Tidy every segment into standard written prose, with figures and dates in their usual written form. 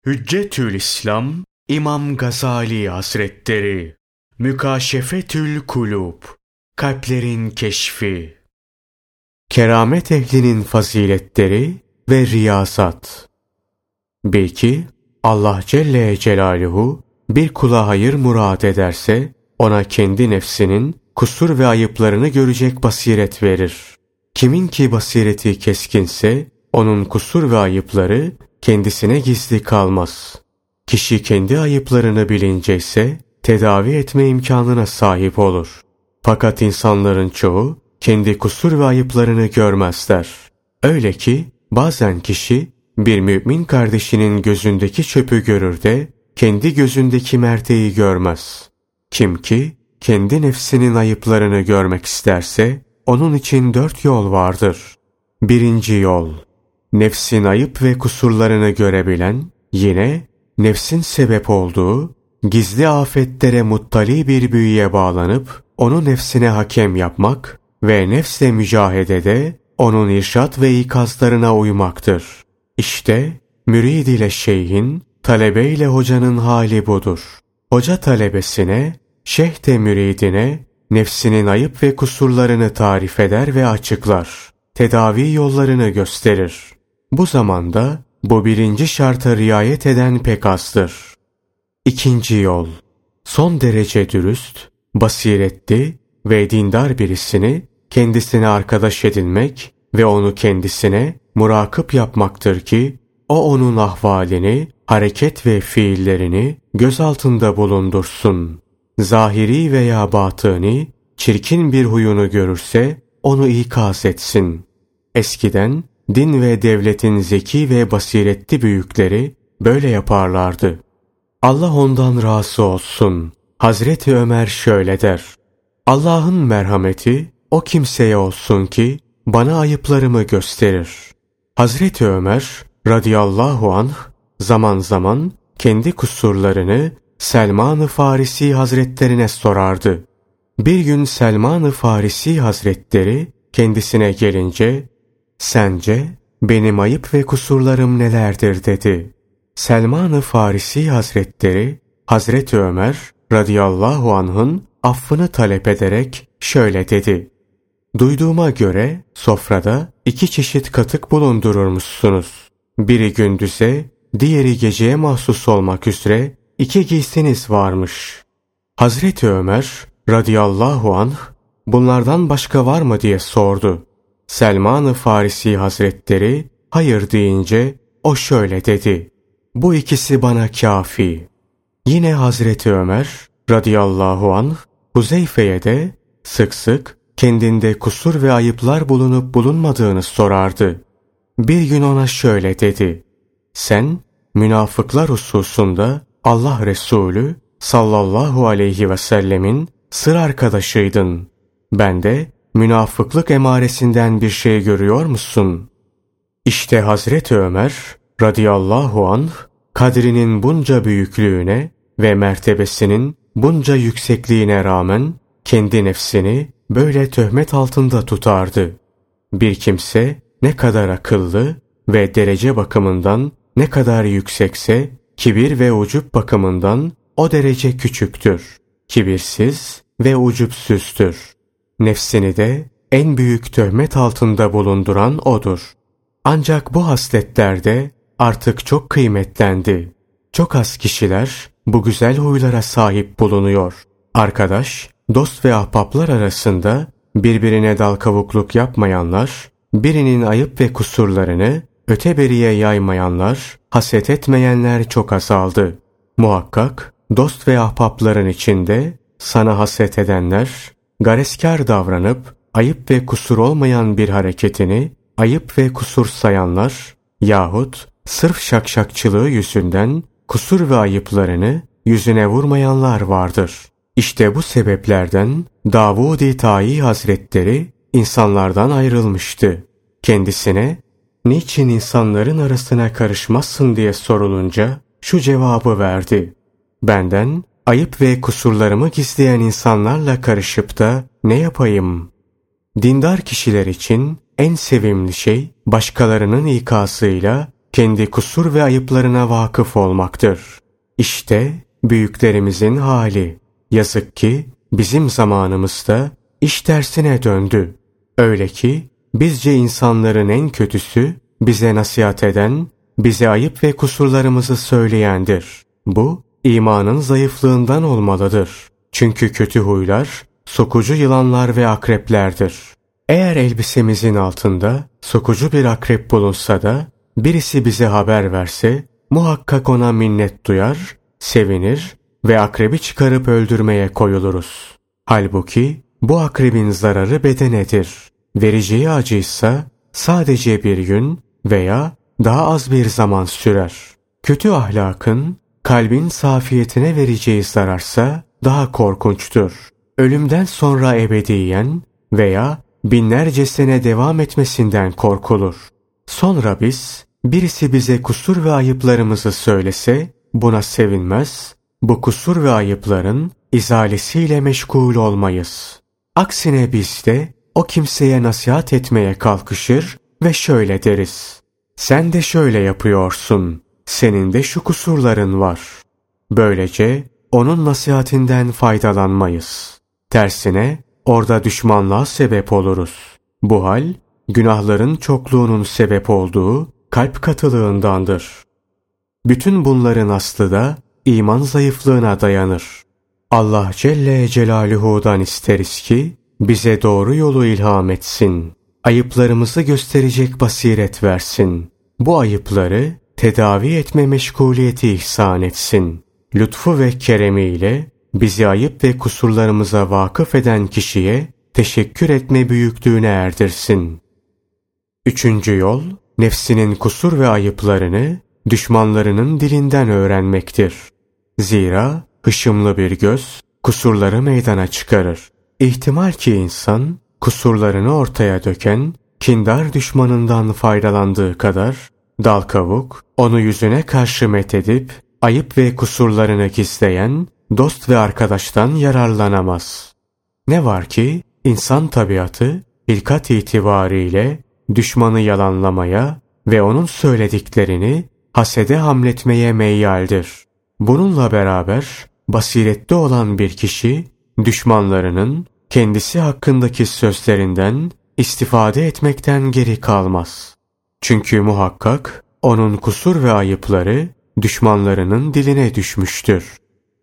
Hüccetül İslam İmam Gazali Hazretleri. Mükaşefetül Kulub, kalplerin keşfi. Keramet ehlinin faziletleri ve riyazat. Belki Allah Celle Celaluhu bir kula hayır murad ederse ona kendi nefsinin kusur ve ayıplarını görecek basiret verir. Kimin ki basireti keskinse onun kusur ve ayıpları kendisine gizli kalmaz. Kişi kendi ayıplarını bilince ise tedavi etme imkanına sahip olur. Fakat insanların çoğu kendi kusur ve ayıplarını görmezler. Öyle ki bazen kişi bir mümin kardeşinin gözündeki çöpü görür de kendi gözündeki merteği görmez. Kim ki kendi nefsinin ayıplarını görmek isterse onun için 4 yol vardır. 1. yol, nefsin ayıp ve kusurlarını görebilen, yine nefsin sebep olduğu gizli afetlere muttali bir büyüye bağlanıp onu nefsine hakem yapmak ve nefsle mücahedede onun irşat ve ikazlarına uymaktır. İşte mürid ile şeyhin, talebe ile hocanın hali budur. Hoca talebesine, şeyh de müridine nefsinin ayıp ve kusurlarını tarif eder ve açıklar. Tedavi yollarını gösterir. Bu zamanda bu 1. şarta riayet eden pek azdır. 2. yol, son derece dürüst, basiretli ve dindar birisini kendisine arkadaş edinmek ve onu kendisine murakip yapmaktır ki o onun ahvalini, hareket ve fiillerini göz altında bulundursun. Zahiri veya batıni çirkin bir huyunu görürse onu ikaz etsin. Eskiden din ve devletin zeki ve basiretli büyükleri böyle yaparlardı. Allah ondan razı olsun. Hazreti Ömer şöyle der: Allah'ın merhameti o kimseye olsun ki bana ayıplarımı gösterir. Hazreti Ömer radıyallahu anh zaman zaman kendi kusurlarını Selman-ı Farisi Hazretlerine sorardı. Bir gün Selman-ı Farisi Hazretleri kendisine gelince, "Sence benim ayıp ve kusurlarım nelerdir?" dedi. Selman-ı Farisi Hazretleri, Hazreti Ömer radıyallahu anh'ın affını talep ederek şöyle dedi: "Duyduğuma göre sofrada 2 çeşit katık bulundururmuşsunuz. Biri gündüze, diğeri geceye mahsus olmak üzere 2 giysiniz varmış." Hazreti Ömer radıyallahu anh bunlardan başka var mı diye sordu. Selman-ı Farisi Hazretleri hayır deyince o şöyle dedi: "Bu ikisi bana kafi." Yine Hazreti Ömer radıyallahu anh Huzeyfe'ye de sık sık kendinde kusur ve ayıplar bulunup bulunmadığını sorardı. Bir gün ona şöyle dedi: "Sen münafıklar hususunda Allah Resulü sallallahu aleyhi ve sellemin sır arkadaşıydın. Ben de münafıklık emaresinden bir şey görüyor musun?" İşte Hazreti Ömer radıyallahu anh kadrinin bunca büyüklüğüne ve mertebesinin bunca yüksekliğine rağmen kendi nefsini böyle töhmet altında tutardı. Bir kimse ne kadar akıllı ve derece bakımından ne kadar yüksekse kibir ve ucup bakımından o derece küçüktür. Kibirsiz ve ucupsüzdür. Nefsini de en büyük töhmet altında bulunduran odur. Ancak bu hasletlerde artık çok kıymetlendi. Çok az kişiler bu güzel huylara sahip bulunuyor. Arkadaş, dost ve ahbaplar arasında birbirine dal kavukluk yapmayanlar, birinin ayıp ve kusurlarını öteberiye yaymayanlar, haset etmeyenler çok azaldı. Muhakkak dost ve ahbapların içinde sana haset edenler, gareskar davranıp ayıp ve kusur olmayan bir hareketini ayıp ve kusur sayanlar yahut sırf şakşakçılığı yüzünden kusur ve ayıplarını yüzüne vurmayanlar vardır. İşte bu sebeplerden Davud-i Tayi Hazretleri insanlardan ayrılmıştı. Kendisine "Niçin insanların arasına karışmazsın?" diye sorulunca şu cevabı verdi: "Benden ayıp ve kusurlarımı gizleyen insanlarla karışıp da ne yapayım?" Dindar kişiler için en sevimli şey başkalarının ikazıyla kendi kusur ve ayıplarına vakıf olmaktır. İşte büyüklerimizin hali. Yazık ki bizim zamanımızda iş tersine döndü. Öyle ki bizce insanların en kötüsü bize nasihat eden, bize ayıp ve kusurlarımızı söyleyendir. Bu imanın zayıflığından olmalıdır. Çünkü kötü huylar sokucu yılanlar ve akreplerdir. Eğer elbisemizin altında sokucu bir akrep bulunsa da birisi bize haber verse muhakkak ona minnet duyar, sevinir ve akrebi çıkarıp öldürmeye koyuluruz. Halbuki bu akrebin zararı bedenedir. Vereceği acıysa sadece bir gün veya daha az bir zaman sürer. Kötü ahlakın kalbin safiyetine vereceği zararsa daha korkunçtur. Ölümden sonra ebediyen veya binlerce sene devam etmesinden korkulur. Sonra birisi bize kusur ve ayıplarımızı söylese buna sevinmez, bu kusur ve ayıpların izalesiyle meşgul olmayız. Aksine biz de o kimseye nasihat etmeye kalkışır ve şöyle deriz: sen de şöyle yapıyorsun, senin de şu kusurların var. Böylece onun nasihatinden faydalanmayız. Tersine orada düşmanlığa sebep oluruz. Bu hal günahların çokluğunun sebep olduğu kalp katılığındandır. Bütün bunların aslı da iman zayıflığına dayanır. Allah Celle Celaluhu'dan isteriz ki bize doğru yolu ilham etsin. Ayıplarımızı gösterecek basiret versin. Bu ayıpları tedavi etme meşguliyeti ihsan etsin. Lütfu ve keremiyle bizi ayıp ve kusurlarımıza vakıf eden kişiye teşekkür etme büyüklüğüne erdirsin. 3. yol, nefsinin kusur ve ayıplarını düşmanlarının dilinden öğrenmektir. Zira hışımlı bir göz kusurları meydana çıkarır. İhtimal ki insan kusurlarını ortaya döken kindar düşmanından faydalandığı kadar dal kavuk onu yüzüne karşı methedip ayıp ve kusurlarını gizleyen dost ve arkadaştan yararlanamaz. Ne var ki insan tabiatı hilkat itibariyle düşmanı yalanlamaya ve onun söylediklerini hasede hamletmeye meyyaldir. Bununla beraber basiretli olan bir kişi düşmanlarının kendisi hakkındaki sözlerinden istifade etmekten geri kalmaz. Çünkü muhakkak onun kusur ve ayıpları düşmanlarının diline düşmüştür.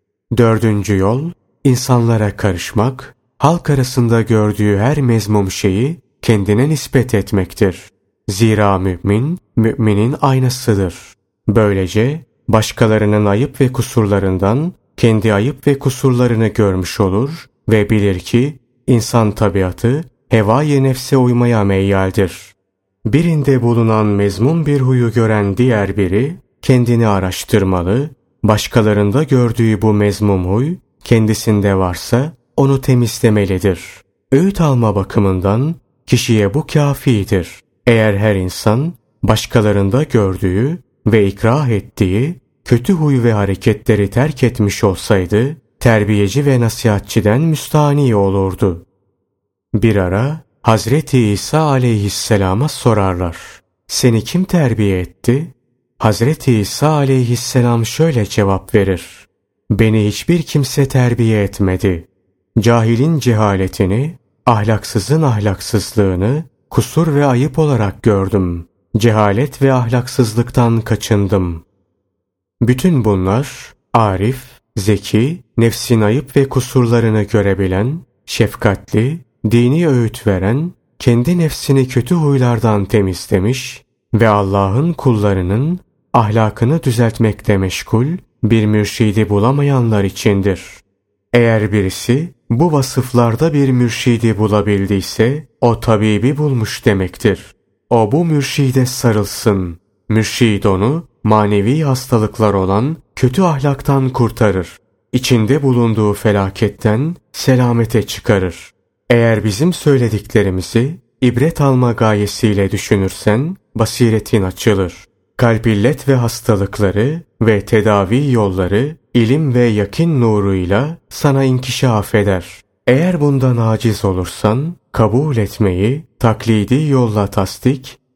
4. yol, insanlara karışmak, halk arasında gördüğü her mezmum şeyi kendine nispet etmektir. Zira mümin, müminin aynasıdır. Böylece başkalarının ayıp ve kusurlarından kendi ayıp ve kusurlarını görmüş olur ve bilir ki insan tabiatı heva-i nefse uymaya meyyaldir. Birinde bulunan mezmum bir huyu gören diğer biri kendini araştırmalı, başkalarında gördüğü bu mezmum huy kendisinde varsa onu temizlemelidir. Öğüt alma bakımından kişiye bu kâfidir. Eğer her insan başkalarında gördüğü ve ikrah ettiği kötü huy ve hareketleri terk etmiş olsaydı, terbiyeci ve nasihatçiden müstahni olurdu. Bir ara Hazreti İsa aleyhisselama sorarlar: seni kim terbiye etti? Hazreti İsa aleyhisselam şöyle cevap verir: beni hiçbir kimse terbiye etmedi. Cahilin cehaletini, ahlaksızın ahlaksızlığını kusur ve ayıp olarak gördüm. Cehalet ve ahlaksızlıktan kaçındım. Bütün bunlar arif, zeki, nefsin ayıp ve kusurlarını görebilen, şefkatli, dini öğüt veren, kendi nefsini kötü huylardan temizlemiş ve Allah'ın kullarının ahlakını düzeltmekle meşgul bir mürşidi bulamayanlar içindir. Eğer birisi bu vasıflarda bir mürşidi bulabildiyse o tabibi bulmuş demektir. O bu mürşide sarılsın. Mürşid onu manevi hastalıklar olan kötü ahlaktan kurtarır. İçinde bulunduğu felaketten selamete çıkarır. Eğer bizim söylediklerimizi ibret alma gayesiyle düşünürsen basiretin açılır. Kalp illet ve hastalıkları ve tedavi yolları ilim ve yakin nuruyla sana inkişaf eder. Eğer bundan aciz olursan kabul etmeyi taklidi yolla tasdik,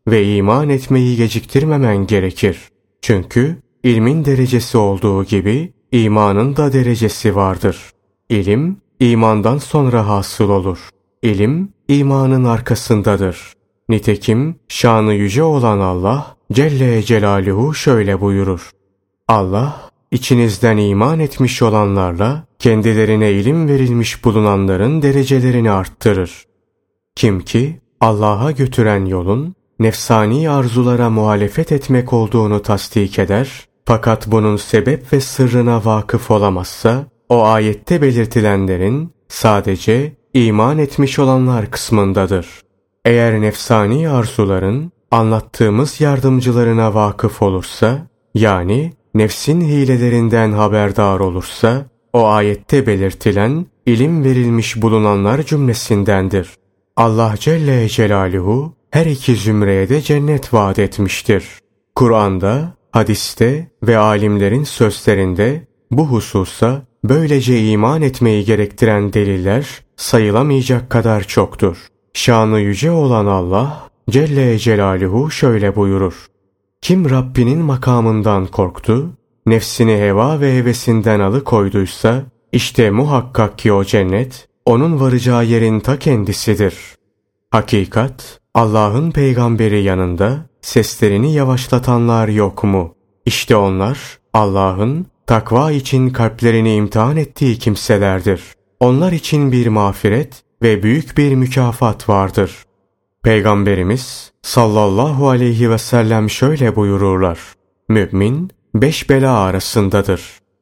ve iman etmeyi geciktirmemen gerekir. Çünkü ilmin derecesi olduğu gibi imanın da derecesi vardır. İlim, imandan sonra hasıl olur. İlim, imanın arkasındadır. Nitekim şanı yüce olan Allah Celle Celaluhu şöyle buyurur. Allah, içinizden iman etmiş olanlarla kendilerine ilim verilmiş bulunanların derecelerini arttırır. Kim ki Allah'a götüren yolun nefsani arzulara muhalefet etmek olduğunu tasdik eder, fakat bunun sebep ve sırrına vakıf olamazsa, o ayette belirtilenlerin sadece iman etmiş olanlar kısmındadır. Eğer nefsani arzuların anlattığımız yardımcılarına vakıf olursa, yani nefsin hilelerinden haberdar olursa, o ayette belirtilen ilim verilmiş bulunanlar cümlesindendir. Allah Celle Celaluhu her iki zümreye de cennet vaat etmiştir. Kur'an'da, hadiste ve alimlerin sözlerinde bu hususa böylece iman etmeyi gerektiren deliller sayılamayacak kadar çoktur. Şanı yüce olan Allah Celle Celaluhu şöyle buyurur. Kim Rabbinin makamından korktu, nefsini heva ve hevesinden alıkoyduysa, işte muhakkak ki o cennet, onun varacağı yerin ta kendisidir. Hakikat, Allah'ın peygamberi yanında seslerini yavaşlatanlar yok mu? İşte onlar, Allah'ın takva için kalplerini imtihan ettiği kimselerdir. Onlar için bir mağfiret ve büyük bir mükafat vardır. Peygamberimiz sallallahu aleyhi ve sellem şöyle buyururlar. Mümin 5 bela arasındadır.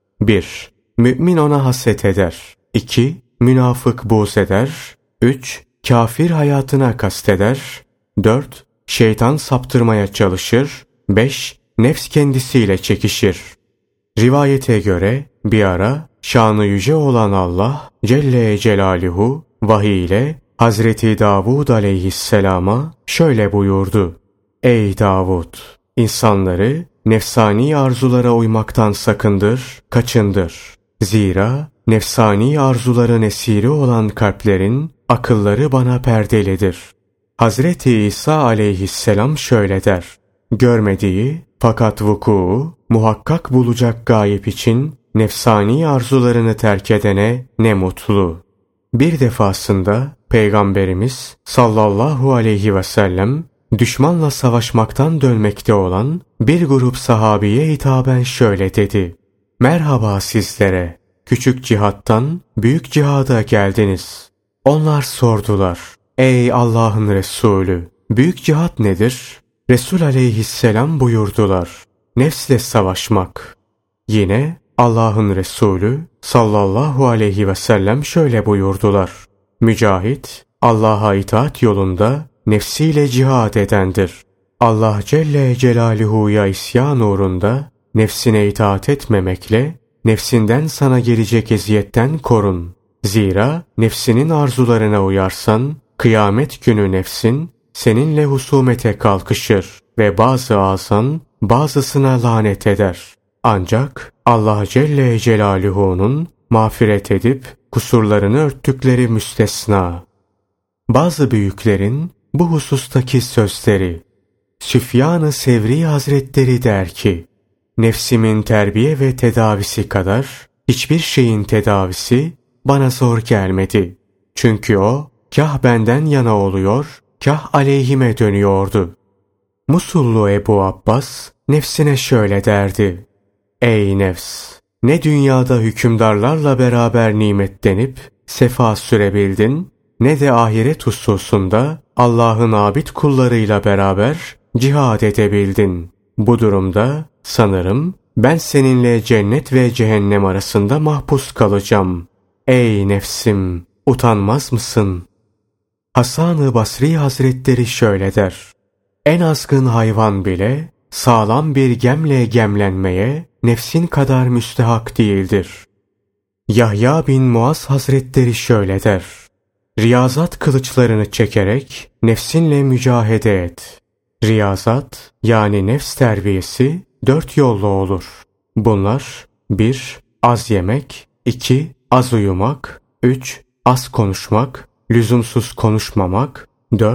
1. Mümin ona haset eder. 2. Münafık buğz eder. 3. Kafir hayatına kasteder. 4. Şeytan saptırmaya çalışır. 5. Nefs kendisiyle çekişir. Rivayete göre bir ara şanı yüce olan Allah Celle Celaluhu vahiy ile Hazreti Davud aleyhisselama şöyle buyurdu. Ey Davud! İnsanları nefsani arzulara uymaktan sakındır, kaçındır. Zira nefsani arzuların esiri olan kalplerin akılları bana perdelidir. Hazreti İsa aleyhisselam şöyle der. Görmediği fakat vuku muhakkak bulacak gayip için nefsani arzularını terk edene ne mutlu. Bir defasında Peygamberimiz sallallahu aleyhi ve sellem düşmanla savaşmaktan dönmekte olan bir grup sahabiye hitaben şöyle dedi. Merhaba sizlere, küçük cihattan büyük cihada geldiniz. Onlar sordular. Ey Allah'ın Resulü, büyük cihat nedir? Resul aleyhisselam buyurdular. Nefsle savaşmak. Yine Allah'ın Resulü sallallahu aleyhi ve sellem şöyle buyurdular. Mücahit, Allah'a itaat yolunda nefsiyle cihad edendir. Allah Celle Celaluhu'ya isyan uğrunda nefsine itaat etmemekle nefsinden sana gelecek eziyetten korun. Zira nefsinin arzularına uyarsan kıyamet günü nefsin seninle husumete kalkışır ve bazı azan bazısına lanet eder. Ancak Allah Celle Celaluhu'nun mağfiret edip kusurlarını örttükleri müstesna. Bazı büyüklerin bu husustaki sözleri. Süfyan-ı Sevri Hazretleri der ki, nefsimin terbiye ve tedavisi kadar hiçbir şeyin tedavisi bana zor gelmedi. Çünkü o kah benden yana oluyor, kah aleyhime dönüyordu. Musullu Ebu Abbas nefsine şöyle derdi. Ey nefs! Ne dünyada hükümdarlarla beraber nimetlenip sefa sürebildin, ne de ahiret hususunda Allah'ın abid kullarıyla beraber cihad edebildin. Bu durumda sanırım ben seninle cennet ve cehennem arasında mahpus kalacağım. Ey nefsim! Utanmaz mısın? Hasan-ı Basri Hazretleri şöyle der. En azgın hayvan bile sağlam bir gemle gemlenmeye nefsin kadar müstehak değildir. Yahya bin Muaz Hazretleri şöyle der. Riyazat kılıçlarını çekerek nefsinle mücahede et. Riyazat yani nefs terbiyesi 4 yolla olur. Bunlar 1. Az yemek, 2. Az uyumak, 3. Az konuşmak, lüzumsuz konuşmamak, 4.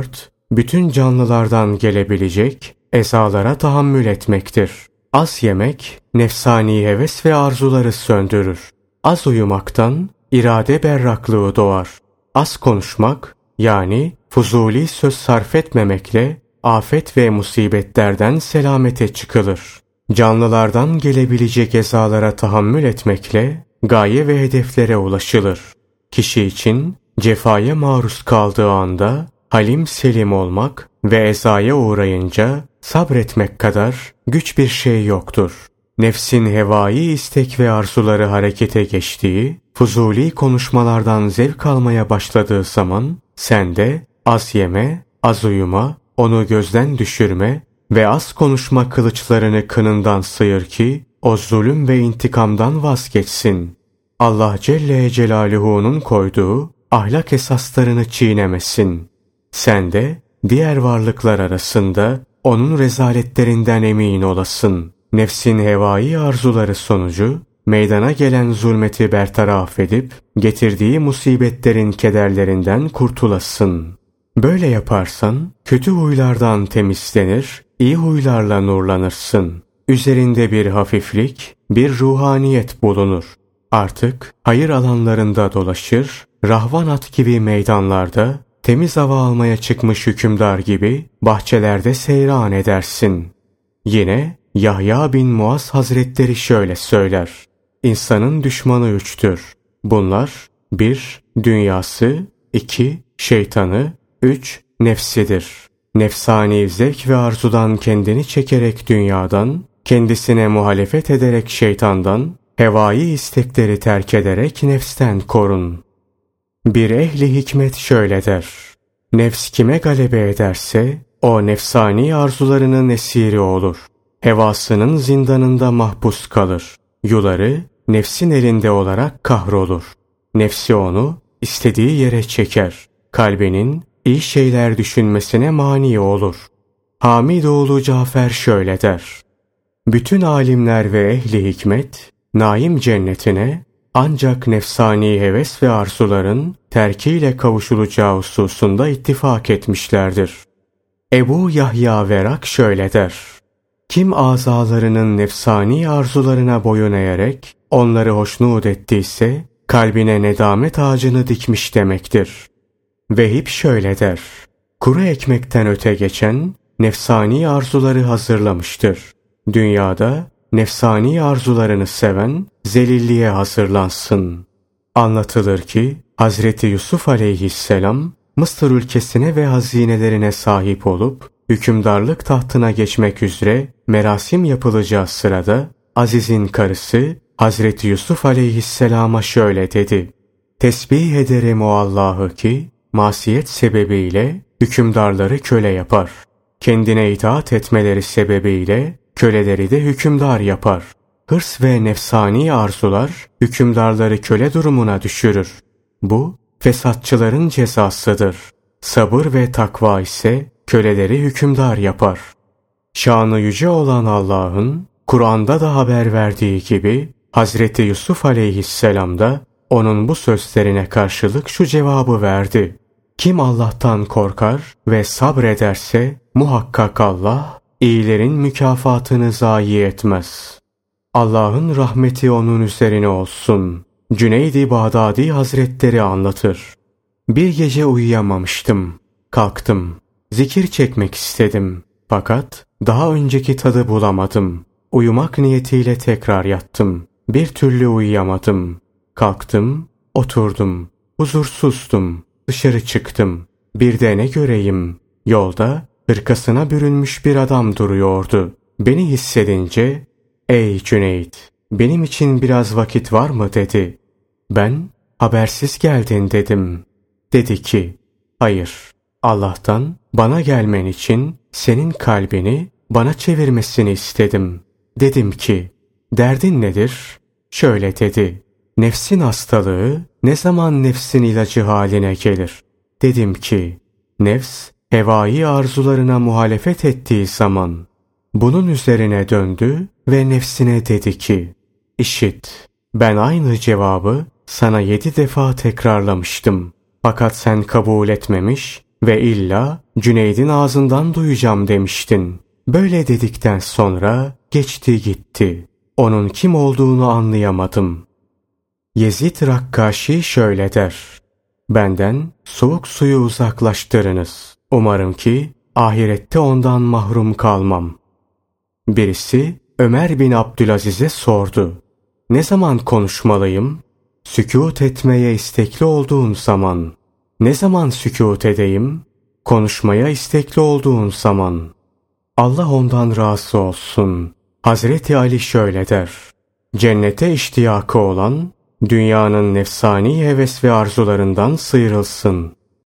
bütün canlılardan gelebilecek ezalara tahammül etmektir. Az yemek, nefsani heves ve arzuları söndürür. Az uyumaktan irade berraklığı doğar. Az konuşmak, yani fuzuli söz sarf etmemekle afet ve musibetlerden selamete çıkılır. Canlılardan gelebilecek ezalara tahammül etmekle gaye ve hedeflere ulaşılır. Kişi için cefaya maruz kaldığı anda halim selim olmak ve ezaya uğrayınca sabretmek kadar güç bir şey yoktur. Nefsin hevai istek ve arzuları harekete geçtiği, fuzuli konuşmalardan zevk almaya başladığı zaman sen de az yeme, az uyuma, onu gözden düşürme ve az konuşma kılıçlarını kınından sıyır ki o zulüm ve intikamdan vazgeçsin. Allah Celle Celaluhu'nun koyduğu ahlak esaslarını çiğnemesin. Sen de diğer varlıklar arasında onun rezaletlerinden emin olasın. Nefsin hevai arzuları sonucu meydana gelen zulmeti bertaraf edip getirdiği musibetlerin kederlerinden kurtulasın. Böyle yaparsan kötü huylardan temizlenir, iyi huylarla nurlanırsın. Üzerinde bir hafiflik, bir ruhaniyet bulunur. Artık hayır alanlarında dolaşır, rahvan at gibi meydanlarda, temiz hava almaya çıkmış hükümdar gibi bahçelerde seyran edersin. Yine Yahya bin Muaz Hazretleri şöyle söyler. İnsanın düşmanı üçtür. Bunlar 1. Dünyası, 2. Şeytanı, 3. Nefsidir. Nefsani zevk ve arzudan kendini çekerek dünyadan, kendisine muhalefet ederek şeytandan, hevai istekleri terk ederek nefsten korun. Bir ehli hikmet şöyle der. Nefs kime galebe ederse, o nefsani arzularının esiri olur. Hevasının zindanında mahpus kalır. Yuları nefsin elinde olarak kahrolur. Nefsi onu istediği yere çeker. Kalbinin iyi şeyler düşünmesine mani olur. Hamidoğlu Cafer şöyle der. Bütün alimler ve ehli hikmet, naim cennetine ancak nefsani heves ve arzuların terkiyle kavuşulacağı hususunda ittifak etmişlerdir. Ebu Yahya Verak şöyle der. Kim azalarının nefsani arzularına boyun eğerek onları hoşnut ettiyse kalbine nedamet ağacını dikmiş demektir. Vehib şöyle der. Kuru ekmekten öte geçen nefsani arzuları hazırlamıştır. Dünyada nefsani arzularını seven zelilliğe hazırlansın. Anlatılır ki Hazreti Yusuf aleyhisselam Mısır ülkesine ve hazinelerine sahip olup hükümdarlık tahtına geçmek üzere merasim yapılacağı sırada Aziz'in karısı Hazreti Yusuf aleyhisselama şöyle dedi. Tesbih ederim o Allah'ı ki masiyet sebebiyle hükümdarları köle yapar. Kendine itaat etmeleri sebebiyle köleleri de hükümdar yapar. Hırs ve nefsani arzular hükümdarları köle durumuna düşürür. Bu fesatçıların cezasıdır. Sabır ve takva ise köleleri hükümdar yapar. Şanı yüce olan Allah'ın Kur'an'da da haber verdiği gibi Hazreti Yusuf aleyhisselam da onun bu sözlerine karşılık şu cevabı verdi. Kim Allah'tan korkar ve sabrederse muhakkak Allah iyilerin mükafatını zayi etmez. Allah'ın rahmeti onun üzerine olsun. Cüneyd-i Bağdadi Hazretleri anlatır. Bir gece uyuyamamıştım. Kalktım. Zikir çekmek istedim. Fakat daha önceki tadı bulamadım. Uyumak niyetiyle tekrar yattım. Bir türlü uyuyamadım. Kalktım, oturdum. Huzursuzdum. Dışarı çıktım. Bir de ne göreyim? Yolda hırkasına bürünmüş bir adam duruyordu. Beni hissedince, ''Ey Cüneyt, benim için biraz vakit var mı?'' dedi. Ben, ''Habersiz geldin.'' dedim. Dedi ki, ''Hayır, Allah'tan bana gelmen için senin kalbini bana çevirmesini istedim.'' Dedim ki, ''Derdin nedir?'' Şöyle dedi, ''Nefsin hastalığı ne zaman nefsin ilacı haline gelir?'' Dedim ki, ''Nefs, hevai arzularına muhalefet ettiği zaman.'' Bunun üzerine döndü ve nefsine dedi ki, ''İşit, ben aynı cevabı sana 7 defa tekrarlamıştım. Fakat sen kabul etmemiş, ve illa Cüneyd'in ağzından duyacağım demiştin. Böyle dedikten sonra geçti gitti. Onun kim olduğunu anlayamadım. Yezid Rakkaşi şöyle der: benden soğuk suyu uzaklaştırınız. Umarım ki ahirette ondan mahrum kalmam. Birisi Ömer bin Abdülaziz'e sordu: ne zaman konuşmalıyım? Sükût etmeye istekli olduğun zaman. Ne zaman sükût edeyim? Konuşmaya istekli olduğun zaman. Allah ondan razı olsun. Hazreti Ali şöyle der: cennete iştiyakı olan, dünyanın nefsani heves ve arzularından sıyrılsın.